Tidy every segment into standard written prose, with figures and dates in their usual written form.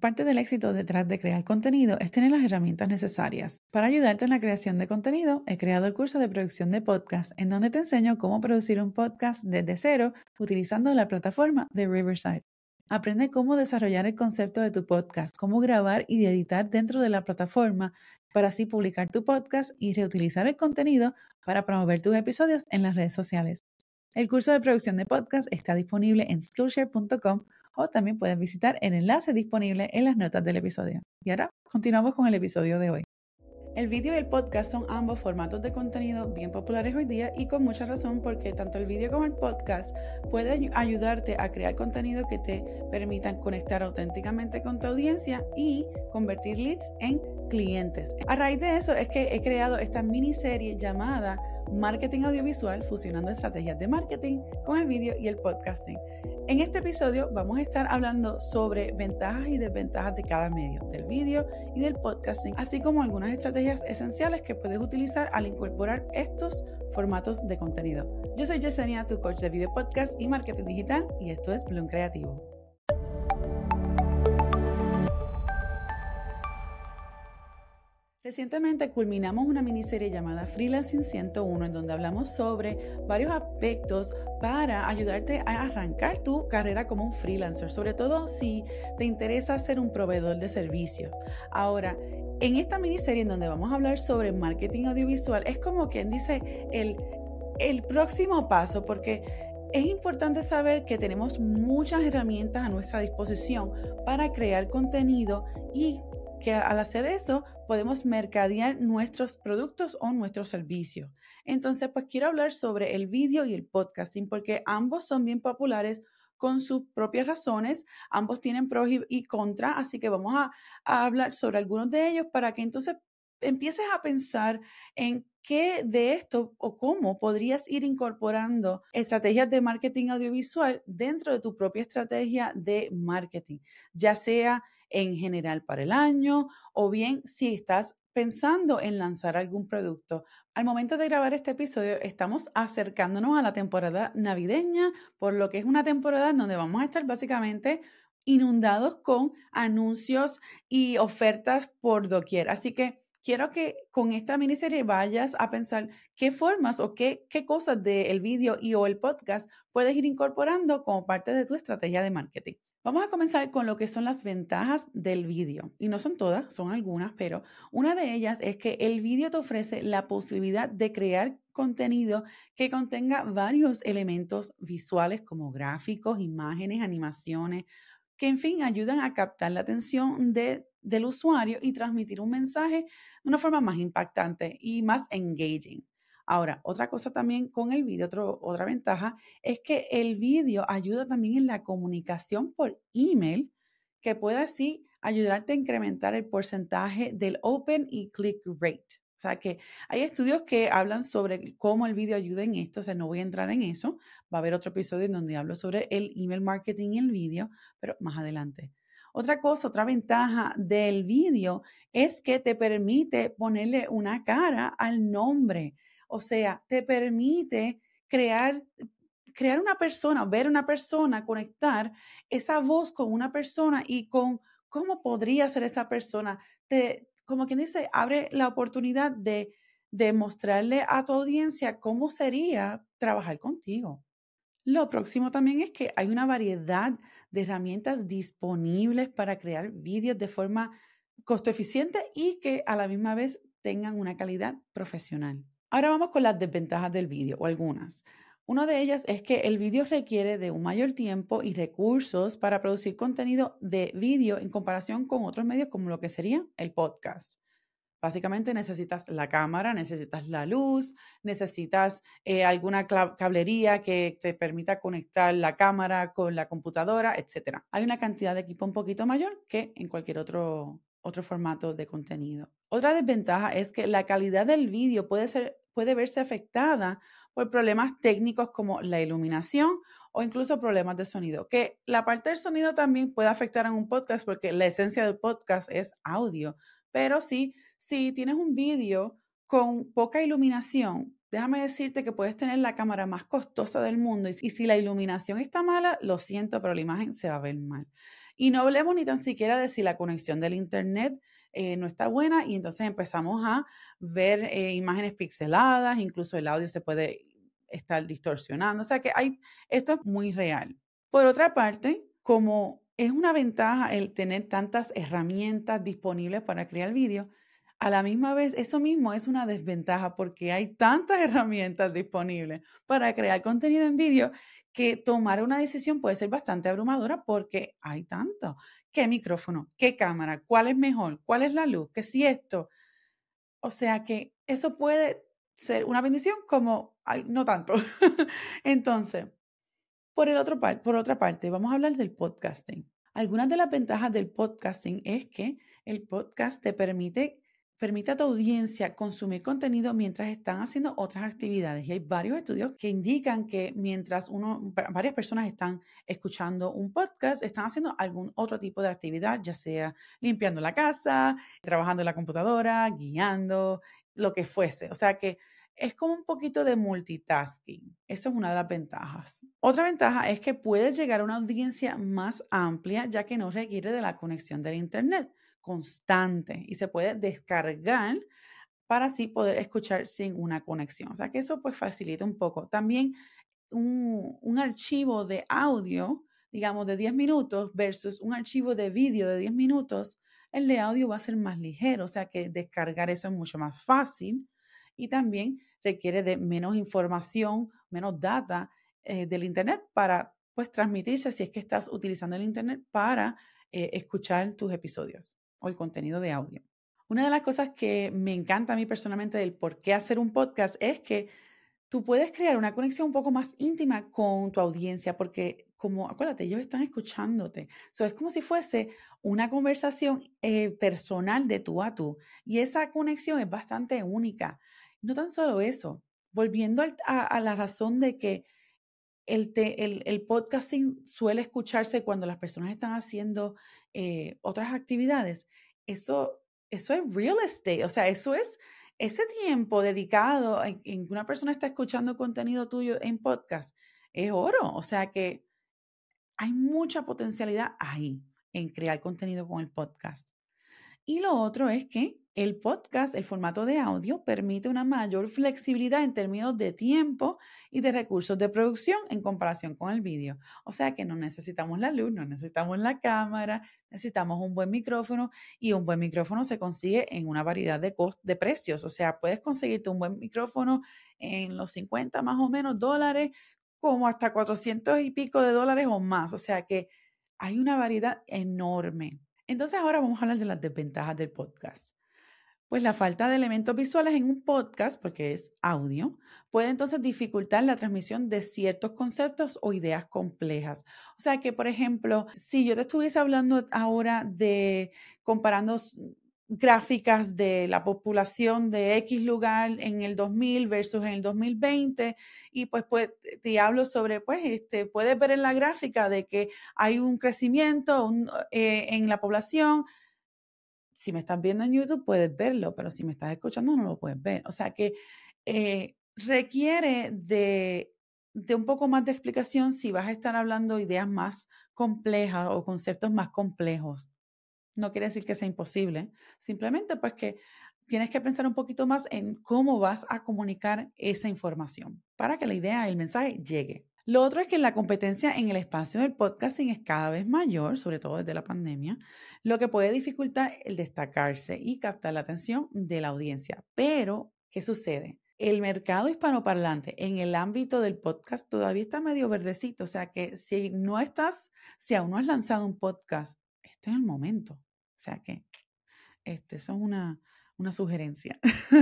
Parte del éxito detrás de crear contenido es tener las herramientas necesarias. Para ayudarte en la creación de contenido, he creado el curso de producción de podcast, en donde te enseño cómo producir un podcast desde cero utilizando la plataforma de Riverside. Aprende cómo desarrollar el concepto de tu podcast, cómo grabar y editar dentro de la plataforma para así publicar tu podcast y reutilizar el contenido para promover tus episodios en las redes sociales. El curso de producción de podcast está disponible en Skillshare.com o también puedes visitar el enlace disponible en las notas del episodio. Y ahora continuamos con el episodio de hoy. El vídeo y el podcast son ambos formatos de contenido bien populares hoy día y con mucha razón porque tanto el vídeo como el podcast pueden ayudarte a crear contenido que te permitan conectar auténticamente con tu audiencia y convertir leads en clientes. A raíz de eso es que he creado esta miniserie llamada Marketing Audiovisual, fusionando estrategias de marketing con el vídeo y el podcasting. En este episodio vamos a estar hablando sobre ventajas y desventajas de cada medio, del vídeo y del podcasting, así como algunas estrategias esenciales que puedes utilizar al incorporar estos formatos de contenido. Yo soy Yesenia, tu coach de video podcast y marketing digital, y esto es Bloom Creativo. Recientemente culminamos una miniserie llamada Freelancing 101, en donde hablamos sobre varios aspectos para ayudarte a arrancar tu carrera como un freelancer, sobre todo si te interesa ser un proveedor de servicios. Ahora, en esta miniserie en donde vamos a hablar sobre marketing audiovisual, es como quien dice el próximo paso, porque es importante saber que tenemos muchas herramientas a nuestra disposición para crear contenido y que al hacer eso podemos mercadear nuestros productos o nuestros servicios. Entonces, pues quiero hablar sobre el vídeo y el podcasting porque ambos son bien populares con sus propias razones, ambos tienen pros y contras, así que vamos a hablar sobre algunos de ellos para que entonces empieces a pensar en qué de esto o cómo podrías ir incorporando estrategias de marketing audiovisual dentro de tu propia estrategia de marketing, ya sea en general para el año o bien si estás pensando en lanzar algún producto. Al momento de grabar este episodio estamos acercándonos a la temporada navideña, por lo que es una temporada en donde vamos a estar básicamente inundados con anuncios y ofertas por doquier. Así que quiero que con esta miniserie vayas a pensar qué formas o qué cosas del vídeo y o el podcast puedes ir incorporando como parte de tu estrategia de marketing. Vamos a comenzar con lo que son las ventajas del vídeo. Y no son todas, son algunas, pero una de ellas es que el vídeo te ofrece la posibilidad de crear contenido que contenga varios elementos visuales como gráficos, imágenes, animaciones, que en fin ayudan a captar la atención del usuario y transmitir un mensaje de una forma más impactante y más engaging. Ahora, otra cosa también con el vídeo, otra ventaja es que el vídeo ayuda también en la comunicación por email, que puede así ayudarte a incrementar el porcentaje del open y click rate. O sea que hay estudios que hablan sobre cómo el vídeo ayuda en esto, o sea, no voy a entrar en eso. Va a haber otro episodio en donde hablo sobre el email marketing y el vídeo, pero más adelante. Otra cosa, otra ventaja del vídeo es que te permite ponerle una cara al nombre. O sea, te permite crear una persona, ver una persona, conectar esa voz con una persona y con cómo podría ser esa persona. Como quien dice, abre la oportunidad de mostrarle a tu audiencia cómo sería trabajar contigo. Lo próximo también es que hay una variedad de herramientas disponibles para crear vídeos de forma costo eficiente y que a la misma vez tengan una calidad profesional. Ahora vamos con las desventajas del vídeo o algunas. Una de ellas es que el vídeo requiere de un mayor tiempo y recursos para producir contenido de vídeo en comparación con otros medios como lo que sería el podcast. Básicamente necesitas la cámara, necesitas la luz, necesitas alguna cablería que te permita conectar la cámara con la computadora, etcétera. Hay una cantidad de equipo un poquito mayor que en cualquier otro formato de contenido. Otra desventaja es que la calidad del vídeo puede verse afectada por problemas técnicos como la iluminación o incluso problemas de sonido, que la parte del sonido también puede afectar en un podcast porque la esencia del podcast es audio, pero sí, si tienes un vídeo con poca iluminación, déjame decirte que puedes tener la cámara más costosa del mundo y si la iluminación está mala, lo siento, pero la imagen se va a ver mal. Y no hablemos ni tan siquiera de si la conexión del internet no está buena y entonces empezamos a ver imágenes pixeladas, incluso el audio se puede estar distorsionando. O sea que esto es muy real. Por otra parte, como es una ventaja el tener tantas herramientas disponibles para crear vídeos, a la misma vez eso mismo es una desventaja porque hay tantas herramientas disponibles para crear contenido en vídeo que tomar una decisión puede ser bastante abrumadora porque hay tanto. ¿Qué micrófono? ¿Qué cámara? ¿Cuál es mejor? ¿Cuál es la luz? ¿Qué si esto? O sea que eso puede ser una bendición como no tanto. Entonces, por otra parte, vamos a hablar del podcasting. Algunas de las ventajas del podcasting es que el podcast te permite a tu audiencia consumir contenido mientras están haciendo otras actividades. Y hay varios estudios que indican que mientras varias personas están escuchando un podcast, están haciendo algún otro tipo de actividad, ya sea limpiando la casa, trabajando en la computadora, guiando, lo que fuese. O sea que es como un poquito de multitasking. Eso es una de las ventajas. Otra ventaja es que puedes llegar a una audiencia más amplia, ya que no requiere de la conexión del internet constante y se puede descargar para así poder escuchar sin una conexión. O sea que eso pues facilita un poco. También un archivo de audio, digamos, de 10 minutos versus un archivo de vídeo de 10 minutos, el de audio va a ser más ligero, o sea que descargar eso es mucho más fácil y también requiere de menos información, menos data del Internet para pues transmitirse si es que estás utilizando el Internet para escuchar tus episodios o el contenido de audio. Una de las cosas que me encanta a mí personalmente del por qué hacer un podcast es que tú puedes crear una conexión un poco más íntima con tu audiencia porque, como, acuérdate, ellos están escuchándote. So, es como si fuese una conversación personal de tú a tú. Y esa conexión es bastante única. No tan solo eso, volviendo a la razón de que el podcasting suele escucharse cuando las personas están haciendo otras actividades. Eso es real estate, o sea, eso es ese tiempo dedicado en que una persona está escuchando contenido tuyo en podcast, es oro. O sea que hay mucha potencialidad ahí en crear contenido con el podcast. Y lo otro es que el podcast, el formato de audio, permite una mayor flexibilidad en términos de tiempo y de recursos de producción en comparación con el vídeo. O sea que no necesitamos la luz, no necesitamos la cámara, necesitamos un buen micrófono y un buen micrófono se consigue en una variedad de precios. O sea, puedes conseguirte un buen micrófono en los 50 más o menos dólares, como hasta 400 y pico de dólares o más. O sea que hay una variedad enorme. Entonces ahora vamos a hablar de las desventajas del podcast. Pues la falta de elementos visuales en un podcast, porque es audio, puede entonces dificultar la transmisión de ciertos conceptos o ideas complejas. O sea que, por ejemplo, si yo te estuviese hablando ahora de comparando gráficas de la población de X lugar en el 2000 versus en el 2020 y pues te hablo sobre, pues, puedes ver en la gráfica de que hay un crecimiento en la población. Si me estás viendo en YouTube, puedes verlo, pero si me estás escuchando, no lo puedes ver. O sea que requiere de un poco más de explicación si vas a estar hablando ideas más complejas o conceptos más complejos. No quiere decir que sea imposible, simplemente pues que tienes que pensar un poquito más en cómo vas a comunicar esa información para que la idea, el mensaje llegue. Lo otro es que la competencia en el espacio del podcasting es cada vez mayor, sobre todo desde la pandemia, lo que puede dificultar el destacarse y captar la atención de la audiencia. Pero, ¿qué sucede? El mercado hispanoparlante en el ámbito del podcast todavía está medio verdecito, o sea que si aún no has lanzado un podcast, este es el momento. O sea que eso es una sugerencia.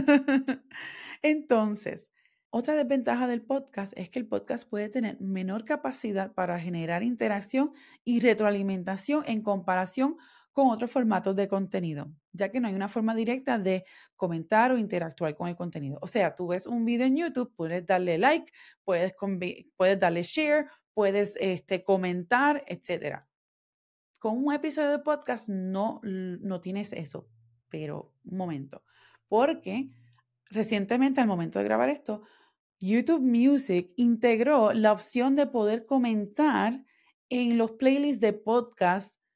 Entonces, otra desventaja del podcast es que el podcast puede tener menor capacidad para generar interacción y retroalimentación en comparación con otros formatos de contenido, ya que no hay una forma directa de comentar o interactuar con el contenido. O sea, tú ves un video en YouTube, puedes darle like, puedes darle share, puedes comentar, etcétera. Con un episodio de podcast no tienes eso, pero un momento, porque recientemente al momento de grabar esto, YouTube Music integró la opción de poder comentar en los playlists de podcast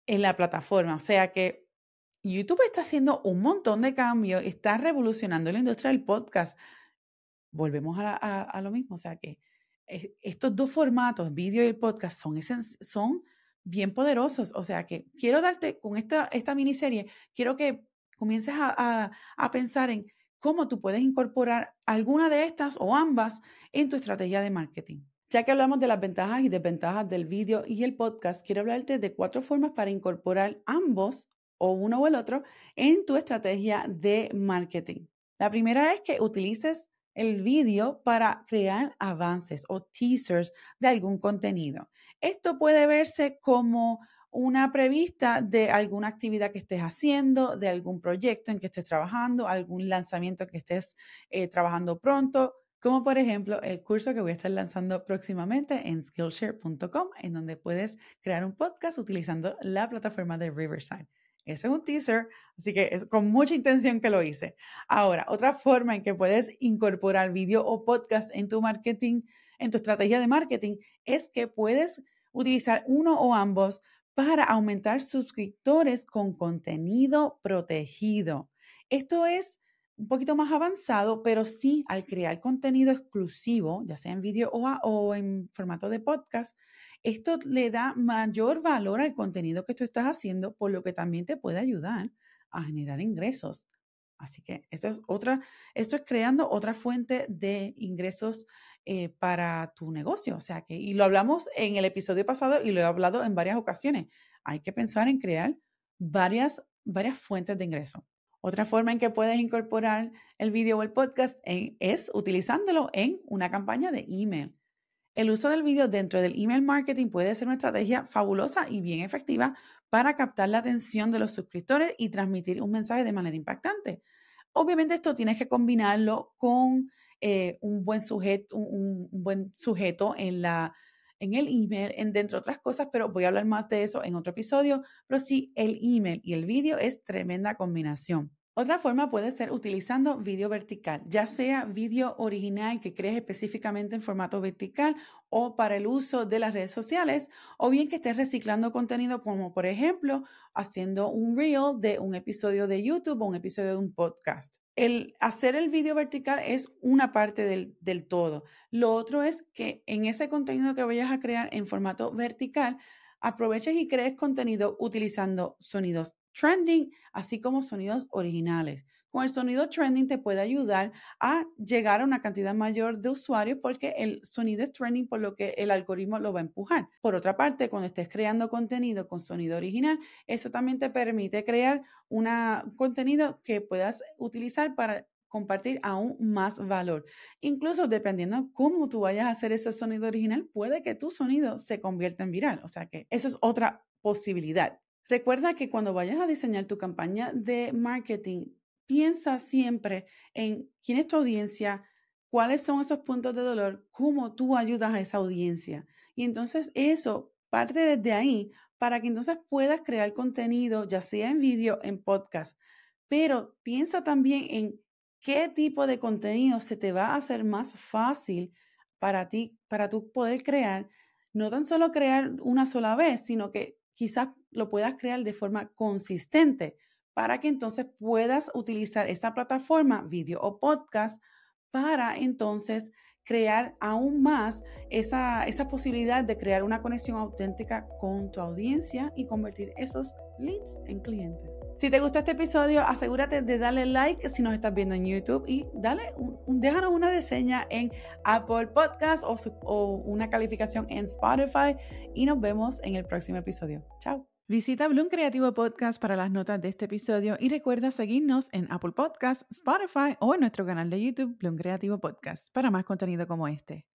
en la plataforma. O sea que YouTube está haciendo un montón de cambios, está revolucionando la industria del podcast. Volvemos a lo mismo, o sea que estos dos formatos, vídeo y el podcast, son bien poderosos. O sea que quiero darte con esta miniserie, quiero que comiences a pensar en cómo tú puedes incorporar alguna de estas o ambas en tu estrategia de marketing. Ya que hablamos de las ventajas y desventajas del vídeo y el podcast, quiero hablarte de 4 formas para incorporar ambos o uno o el otro en tu estrategia de marketing. La primera es que utilices el vídeo para crear avances o teasers de algún contenido. Esto puede verse como una prevista de alguna actividad que estés haciendo, de algún proyecto en que estés trabajando, algún lanzamiento que estés trabajando pronto, como por ejemplo el curso que voy a estar lanzando próximamente en Skillshare.com, en donde puedes crear un podcast utilizando la plataforma de Riverside. Ese es un teaser, así que es con mucha intención que lo hice. Ahora, otra forma en que puedes incorporar vídeo o podcast en tu marketing, en tu estrategia de marketing, es que puedes utilizar uno o ambos para aumentar suscriptores con contenido protegido. Esto es un poquito más avanzado, pero sí, al crear contenido exclusivo, ya sea en vídeo o en formato de podcast, esto le da mayor valor al contenido que tú estás haciendo, por lo que también te puede ayudar a generar ingresos. Así que esto es creando otra fuente de ingresos para tu negocio. O sea que, y lo hablamos en el episodio pasado y lo he hablado en varias ocasiones. Hay que pensar en crear varias fuentes de ingreso. Otra forma en que puedes incorporar el video o el podcast es utilizándolo en una campaña de email. El uso del video dentro del email marketing puede ser una estrategia fabulosa y bien efectiva para captar la atención de los suscriptores y transmitir un mensaje de manera impactante. Obviamente esto tienes que combinarlo con un buen sujeto en el email, dentro de otras cosas, pero voy a hablar más de eso en otro episodio. Pero sí, el email y el video es tremenda combinación. Otra forma puede ser utilizando vídeo vertical, ya sea vídeo original que crees específicamente en formato vertical o para el uso de las redes sociales, o bien que estés reciclando contenido como por ejemplo haciendo un reel de un episodio de YouTube o un episodio de un podcast. El hacer el vídeo vertical es una parte del todo. Lo otro es que en ese contenido que vayas a crear en formato vertical, aproveches y crees contenido utilizando sonidos trending, así como sonidos originales. Con el sonido trending te puede ayudar a llegar a una cantidad mayor de usuarios porque el sonido es trending, por lo que el algoritmo lo va a empujar. Por otra parte, cuando estés creando contenido con sonido original, eso también te permite crear un contenido que puedas utilizar para compartir aún más valor. Incluso dependiendo cómo tú vayas a hacer ese sonido original, puede que tu sonido se convierta en viral. O sea que eso es otra posibilidad. Recuerda que cuando vayas a diseñar tu campaña de marketing, piensa siempre en quién es tu audiencia, cuáles son esos puntos de dolor, cómo tú ayudas a esa audiencia. Y entonces eso parte desde ahí para que entonces puedas crear contenido, ya sea en vídeo, en podcast. Pero piensa también en qué tipo de contenido se te va a hacer más fácil para ti, para tú poder crear, no tan solo crear una sola vez, sino que quizás lo puedas crear de forma consistente para que entonces puedas utilizar esta plataforma, vídeo o podcast, para entonces crear aún más esa posibilidad de crear una conexión auténtica con tu audiencia y convertir esos leads en clientes. Si te gustó este episodio, asegúrate de darle like si nos estás viendo en YouTube y déjanos una reseña en Apple Podcast o una calificación en Spotify y nos vemos en el próximo episodio. Chao. Visita Bloom Creativo Podcast para las notas de este episodio y recuerda seguirnos en Apple Podcast, Spotify o en nuestro canal de YouTube Bloom Creativo Podcast para más contenido como este.